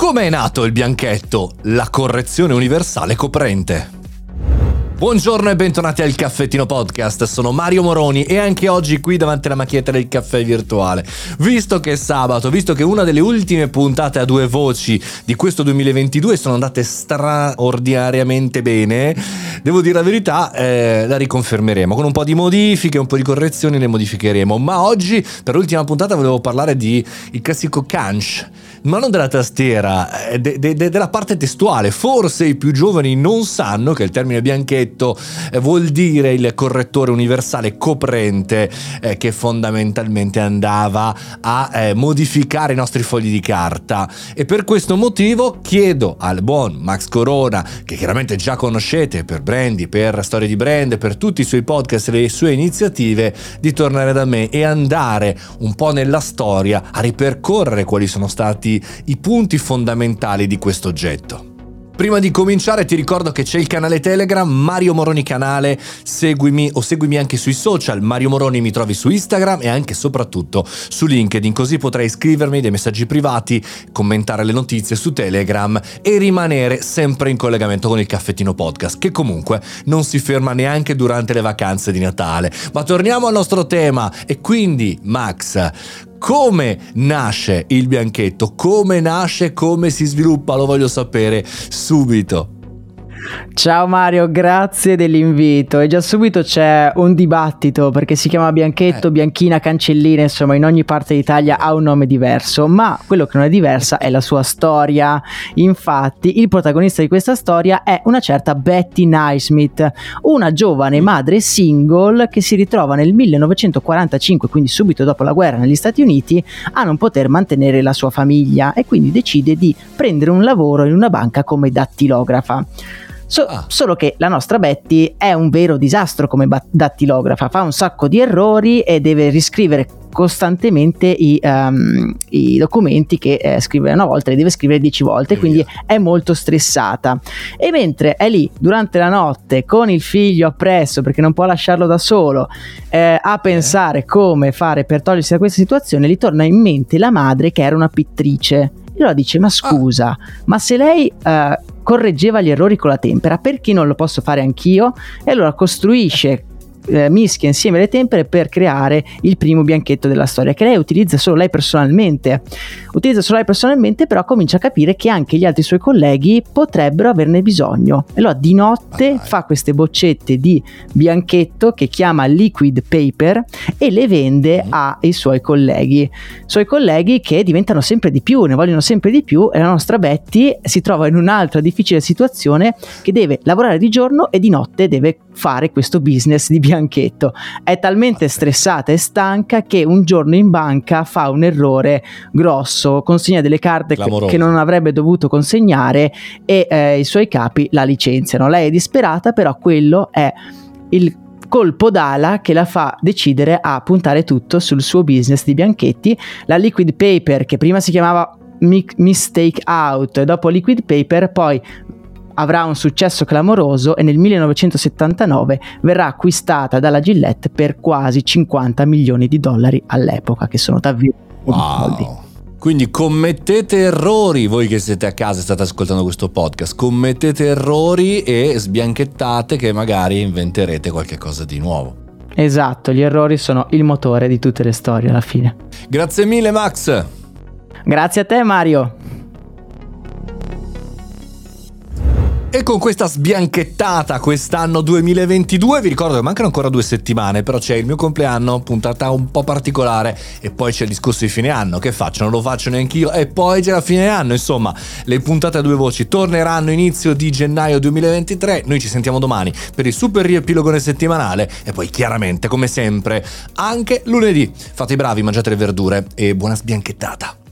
Come è nato il bianchetto, la correzione universale coprente? Buongiorno e bentornati al Caffettino Podcast, sono Mario Moroni e anche oggi qui davanti alla macchinetta del caffè virtuale. Visto che è sabato, visto che una delle ultime puntate a due voci di questo 2022 sono andate straordinariamente bene, devo dire la verità, la riconfermeremo con un po' di modifiche, un po' di correzioni, le modificheremo. Ma oggi, per l'ultima puntata, volevo parlare di il classico crunch, ma non della tastiera, della parte testuale. Forse i più giovani non sanno che il termine bianchetto vuol dire il correttore universale coprente, che fondamentalmente andava a modificare i nostri fogli di carta. E per questo motivo chiedo al buon Max Corona, che chiaramente già conoscete per Brandy, per Storie di Brand, per tutti i suoi podcast e le sue iniziative, di tornare da me e andare un po' nella storia a ripercorrere quali sono stati i punti fondamentali di questo oggetto. Prima di cominciare ti ricordo che c'è il canale Telegram Mario Moroni Canale, seguimi o seguimi anche sui social. Mario Moroni mi trovi su Instagram e anche e soprattutto su LinkedIn, così potrai scrivermi dei messaggi privati, commentare le notizie su Telegram e rimanere sempre in collegamento con il Caffettino Podcast, che comunque non si ferma neanche durante le vacanze di Natale. Ma torniamo al nostro tema e quindi Max, come nasce il bianchetto? Come nasce? Come si sviluppa? Lo voglio sapere subito. Ciao Mario, grazie dell'invito. E già subito c'è un dibattito perché si chiama bianchetto, bianchina, cancellina, insomma in ogni parte d'Italia ha un nome diverso, ma quello che non è diversa è la sua storia. Infatti il protagonista di questa storia è una certa Betty Naismith, una giovane madre single che si ritrova nel 1945, quindi subito dopo la guerra negli Stati Uniti, a non poter mantenere la sua famiglia e quindi decide di prendere un lavoro in una banca come dattilografa. Solo che la nostra Betty è un vero disastro come dattilografa, fa un sacco di errori e deve riscrivere costantemente i documenti che scrive una volta, li deve scrivere 10 volte, quindi è molto stressata. E mentre è lì durante la notte con il figlio appresso, perché non può lasciarlo da solo, a pensare come fare per togliersi da questa situazione, gli torna in mente la madre che era una pittrice. E allora dice: ma scusa, ma se lei correggeva gli errori con la tempera, perché non lo posso fare anch'io? E allora costruisce, mischia insieme le tempere per creare il primo bianchetto della storia, che lei utilizza solo lei personalmente, però comincia a capire che anche gli altri suoi colleghi potrebbero averne bisogno. E allora di notte fa queste boccette di bianchetto che chiama liquid paper e le vende ai suoi colleghi che diventano sempre di più, ne vogliono sempre di più, e la nostra Betty si trova in un'altra difficile situazione, che deve lavorare di giorno e di notte deve fare questo business di bianchetto. È talmente stressata e stanca che un giorno in banca fa un errore grosso, consegna delle carte che non avrebbe dovuto consegnare e i suoi capi la licenziano. Lei è disperata, però quello è il colpo d'ala che la fa decidere a puntare tutto sul suo business di bianchetti. La liquid paper, che prima si chiamava Mistake Out e dopo liquid paper, poi avrà un successo clamoroso e nel 1979 verrà acquistata dalla Gillette per quasi $50 milioni all'epoca, che sono davvero soldi. Quindi commettete errori, voi che siete a casa e state ascoltando questo podcast, commettete errori e sbianchettate, che magari inventerete qualche cosa di nuovo. Esatto, gli errori sono il motore di tutte le storie alla fine. Grazie mille Max. Grazie a te Mario. E con questa sbianchettata quest'anno 2022, vi ricordo che mancano ancora 2 settimane, però c'è il mio compleanno, puntata un po' particolare, e poi c'è il discorso di fine anno. Che faccio? Non lo faccio neanch'io, e poi c'è la fine anno. Insomma, le puntate a due voci torneranno inizio di gennaio 2023. Noi ci sentiamo domani per il super riepilogone settimanale e poi chiaramente, come sempre, anche lunedì. Fate i bravi, mangiate le verdure e buona sbianchettata.